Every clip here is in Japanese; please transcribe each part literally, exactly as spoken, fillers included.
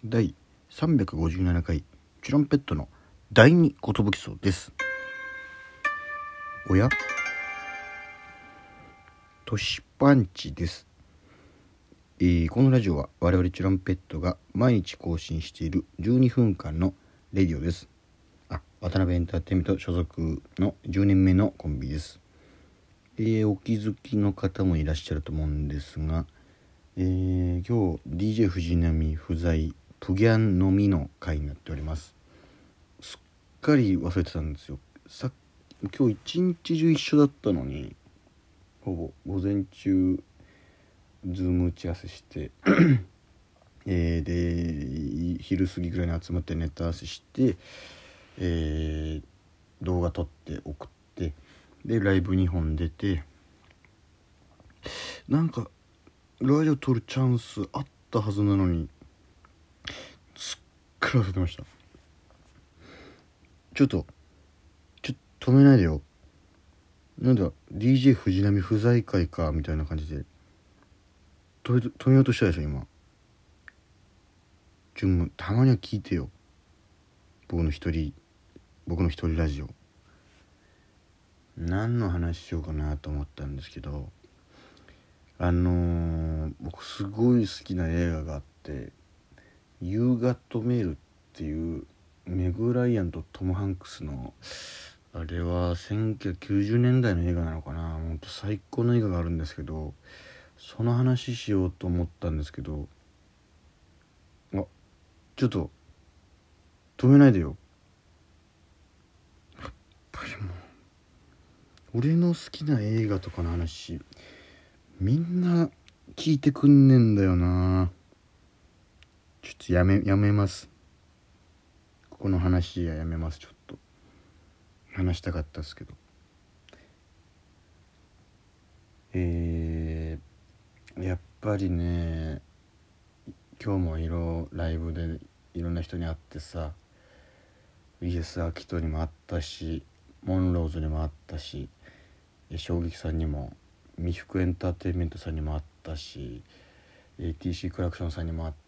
だいさんびゃくごじゅうななかいチュランペットの第二寿荘です。おやトシパンチです。えー、このラジオは我々チュランペットが毎日更新しているじゅうにふんかんのレディオです。あ、渡辺エンターテインメント所属のじゅうねんめのコンビです。えー、お気づきの方もいらっしゃると思うんですが、えー、今日 ディージェー 藤波不在プギャンのみの回になっております。すっかり忘れてたんですよ。さ今日一日中一緒だったのに、ほぼ午前中ズーム打ち合わせしてえー、で昼過ぎぐらいに集まってネタ合わせして、えー、動画撮って送って、でライブにほん出て、なんかラジオ撮るチャンスあったはずなのにすっかり忘れてました。ちょっとちょっと止めないでよ。なんだ ディージェー 藤波不在会かみたいな感じで止め止めようとしたでしょ今。ちょたまには聞いてよ、僕の一人僕の一人ラジオ。何の話しようかなと思ったんですけど、あのー、僕すごい好きな映画があって、ユーガットメールっていうメグ・ライアンとトム・ハンクスの、あれはせんきゅうひゃくきゅうじゅうねんだいの映画なのかな。ほんと最高の映画があるんですけど、その話しようと思ったんですけど、あ、ちょっと止めないでよ。やっぱりもう俺の好きな映画とかの話みんな聞いてくんねんだよな。ちょっとやめやめます。この話はやめます。ちょっと話したかったですけど、えー、やっぱりね、今日もいろライブでいろんな人に会ってさ、イエス・アキトにも会ったし、モンローズにも会ったし、衝撃さんにも、未福エンターテインメントさんにも会ったし、 エーティーシー クラクションさんにも会って、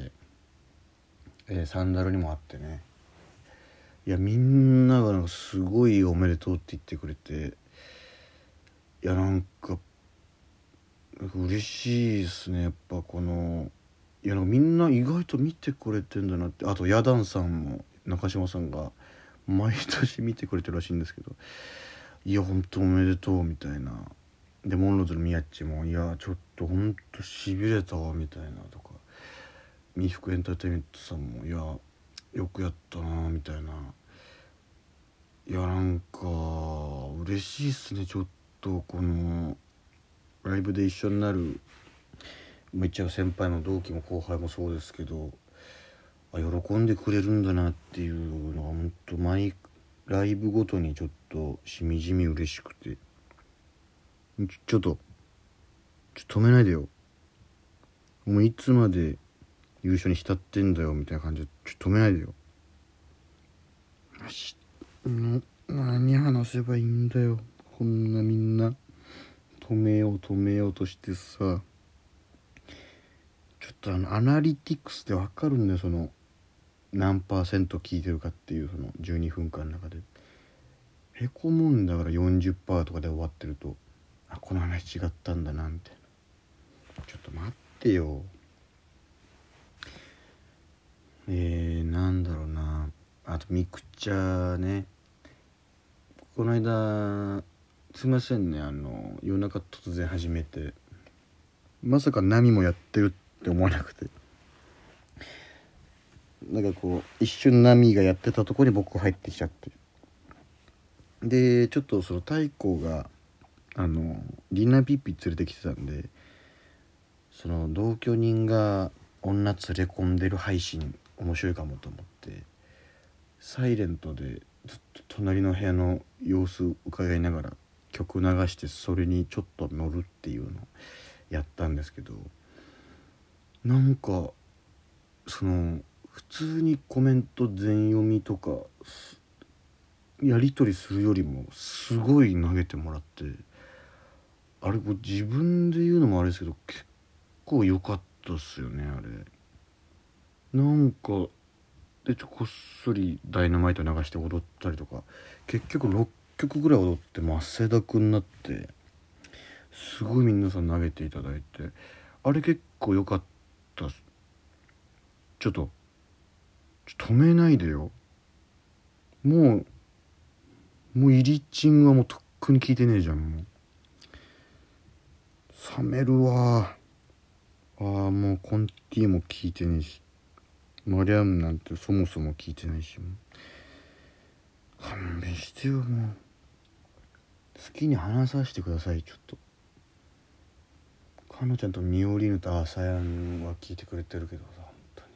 えー、サンダルにも会ってね。いやみんながなんかすごいおめでとうって言ってくれて、いやなんか嬉しいですね。やっぱこのいやなんかみんな意外と見てくれてんだなって。あとヤダンさんも中島さんが毎年見てくれてるらしいんですけど、いやほんとおめでとうみたいな。でモンローズの宮っちもいやちょっとほんとしびれたわみたいなとか、未福エンターテインメントさんもいやよくやったなみたいな。いやなんか嬉しいっすね。ちょっとこのライブで一緒になるめっちゃ先輩も同期も後輩もそうですけど、あ喜んでくれるんだなっていうのがほんと毎ライブごとにちょっとしみじみ嬉しくて、ちょちょっとちょっと止めないでよ。もういつまで優勝に浸ってんだよみたいな感じでちょっと止めないでよ。よし、な何話せばいいんだよ。こんなみんな止めよう止めようとしてさ、ちょっとあのアナリティクスで分かるんだよ、その何パーセント聞いてるかっていう。そのじゅうにふんかんの中でへこむんだから よんじゅっパーセント とかで終わってると、あこの話違ったんだなみたいな。ちょっと待ってよ。えー、なんだろうな。あとミクチャね、この間すいませんね、あの夜中突然始めて、まさかナミもやってるって思わなくて、なんかこう一瞬ナミがやってたところに僕入ってきちゃって、でちょっとその太鼓があのリナピッピ連れてきてたんで、その同居人が女連れ込んでる配信面白いかもと思ってサイレントでずっと隣の部屋の様子伺いながら曲流して、それにちょっと乗るっていうのをやったんですけど、なんかその普通にコメント全読みとかやり取りするよりもすごい投げてもらって、あれこう自分で言うのもあれですけど結構良かったっすよねあれ。 なんかでちょこっそりダイナマイト流して踊ったりとか、結局ろっきょくぐらい踊っても汗だくになって、すごい皆さん投げていただいて、あれ結構良かったっす。ちょっと止めないでよ。もうもうイリチンはもうとっくに聞いてねえじゃん。もう冷めるわ。あーもうコンティも聞いてねえし、マリアンなんてそもそも聞いてないし、もう勘弁してよ。もう好きに話させてください。ちょっとかのちゃんとミオリーヌとアサヤンは聞いてくれてるけどさ、本当に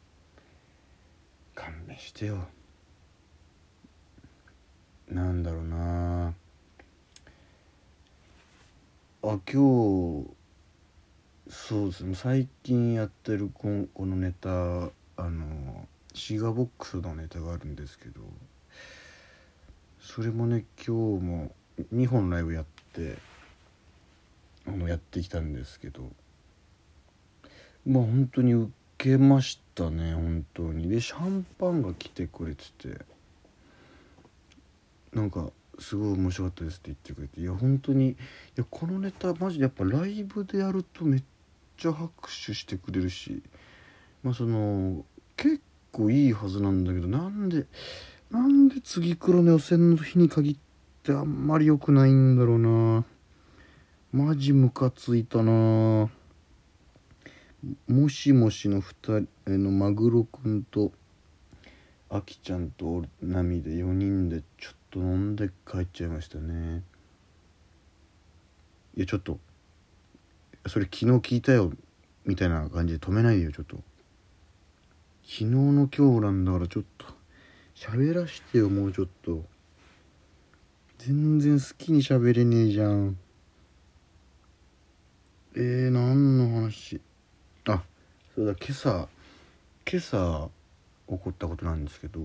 勘弁してよ。なんだろうなあ、今日そうですね、最近やってるこの、このネタ、あのシガボックスのネタがあるんですけど、それもね今日もにほんライブやってあのやってきたんですけど、まあ本当に受けましたね。本当に。でシャンパンが来てくれてて、なんかすごい面白かったですって言ってくれて、いや本当に、いやこのネタマジでやっぱライブでやるとめっちゃ拍手してくれるし、まあその結構いいはずなんだけど、なんでなんで次黒の予選の日に限ってあんまり良くないんだろうな。マジムカついたな。もしもしのふたりのマグロくんとあきちゃんとナミでよにんでちょっと飲んで帰っちゃいましたね。いやちょっとそれ昨日聞いたよみたいな感じで止めないでよ。ちょっと昨日の今日なんだから、ちょっと喋らしてよ。もうちょっと全然好きに喋れねえじゃん。えー、何の話。あ、そうだ、今朝今朝起こったことなんですけど、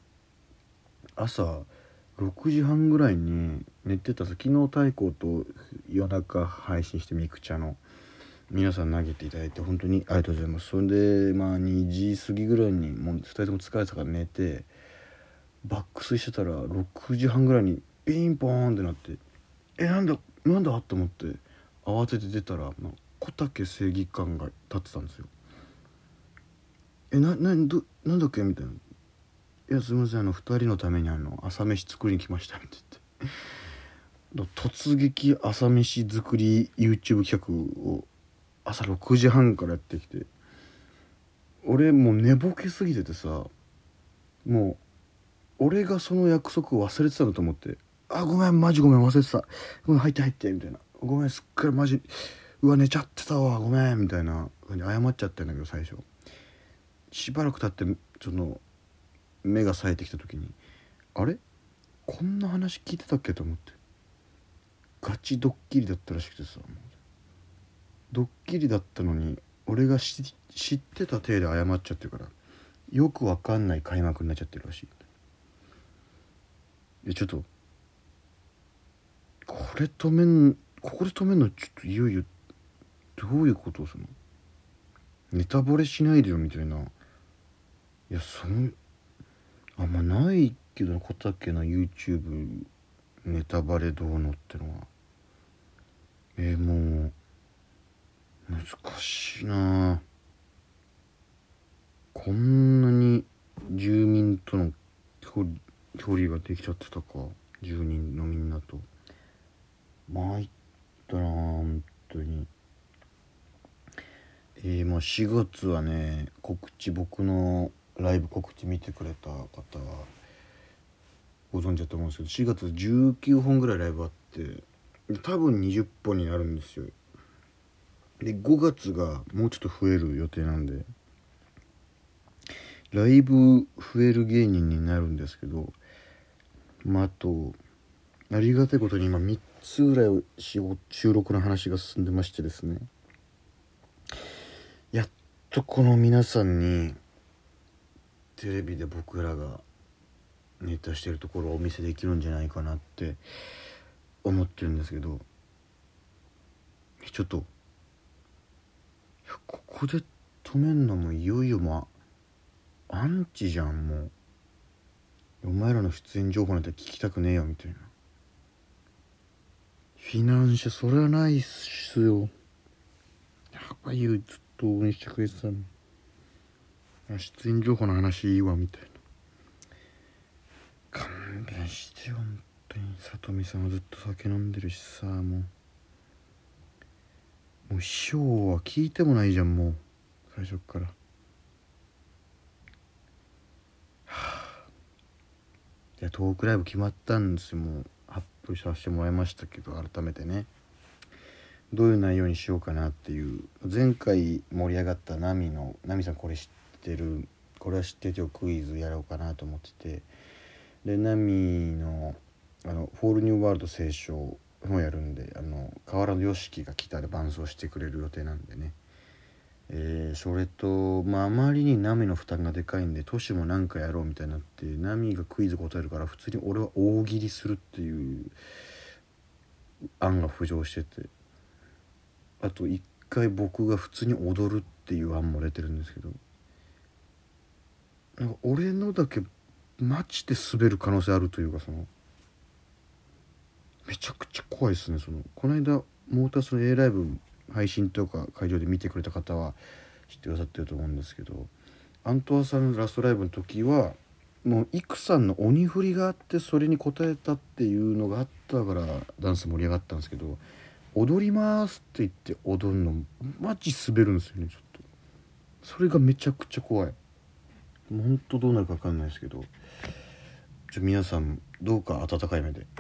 朝ろくじはんぐらいに寝てた、昨日太鼓と夜中配信してミクチャの皆さん投げていただいて本当にありがとうございます。それでまあにじ過ぎぐらいにもうふたりとも疲れてたから寝て、バック睡してたらろくじはんぐらいにピンポーンってなって、えなんだなんだと思って慌てて出たら、まあ、小竹正義感が立ってたんですよ。えななどなんだっけみたいな。いやすみません、あのふたりのためにあの朝飯作りに来ましたって言って突撃朝飯作り YouTube 企画を朝ろくじはんからやってきて、俺もう寝ぼけすぎててさ、もう俺がその約束を忘れてたんだと思って、あごめんマジごめん忘れてた、ごめん入って入ってみたいな、ごめんすっかりマジうわ寝ちゃってたわごめんみたいな感じで謝っちゃったんだけど、最初しばらく経ってその目が冴えてきた時に、あれこんな話聞いてたっけと思って、ガチドッキリだったらしくてさ、ドッキリだったのに俺が知ってた体で謝っちゃってるから、よくわかんない開幕になっちゃってるらしい。でちょっとこれ止めんここで止めんのちょっといよいよどういうことをするの、ネタバレしないでよみたいな。いやそのあんまないけど小竹の YouTube ネタバレどうのってのは、えー、もう難しいな。こんなに住民との距離、距離ができちゃってたか、住人のみんなと。参ったな本当に。えー、まあしがつはね、告知、僕のライブ告知見てくれた方はご存知だと思うんですけど、しがつじゅうきゅうほんぐらいライブあって、多分にじゅっぽんになるんですよ。でごがつがもうちょっと増える予定なんで、ライブ増える芸人になるんですけど、まああとありがたいことに今みっつぐらい収録の話が進んでましてですね、やっとこの皆さんにテレビで僕らがネタしてるところをお見せできるんじゃないかなって思ってるんですけど、ちょっとここで止めんのもいよいよまアンチじゃん。もうお前らの出演情報なんて聞きたくねえよみたいな。フィナンシェそれはないっすよ。やっぱ言うずっと応援してくれてたの。出演情報の話いいわみたいな。勘弁してよ本当に。里見さんはずっと酒飲んでるしさ、もうもう師匠は聞いてもないじゃん。もう最初っから。はあ、いやトークライブ決まったんですよ。もう発表させてもらいましたけど、改めてねどういう内容にしようかなっていう。前回盛り上がったナミのナミさんこれ知ってる、これは知っててよクイズやろうかなと思ってて、でナミのあのフォールニューワールド斉唱もやるんで、あの河原のよしきが来たら伴奏してくれる予定なんでね、えー、それとまああまりにナミの負担がでかいんでトシもなんかやろうみたいになって、ナミがクイズ答えるから普通に俺は大喜利するっていう案が浮上してて、あと一回僕が普通に踊るっていう案も出てるんですけど、なんか俺のだけマジで滑る可能性あるというか、そのめちゃくちゃ怖いですね。そのこの間モータースの A ライブ配信とか会場で見てくれた方は知ってくださってると思うんですけど、アントワさんのラストライブの時はもうイクさんの鬼振りがあってそれに応えたっていうのがあったからダンス盛り上がったんですけど、踊りますって言って踊るのマジ滑るんですよね。ちょっとそれがめちゃくちゃ怖い。もうほんとどうなるか分かんないですけど、ちょ皆さんどうか温かい目で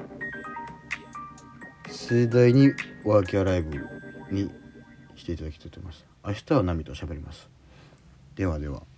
盛大にワーキャーライブにしていただきたいと思います。明日はナミと喋ります。ではでは。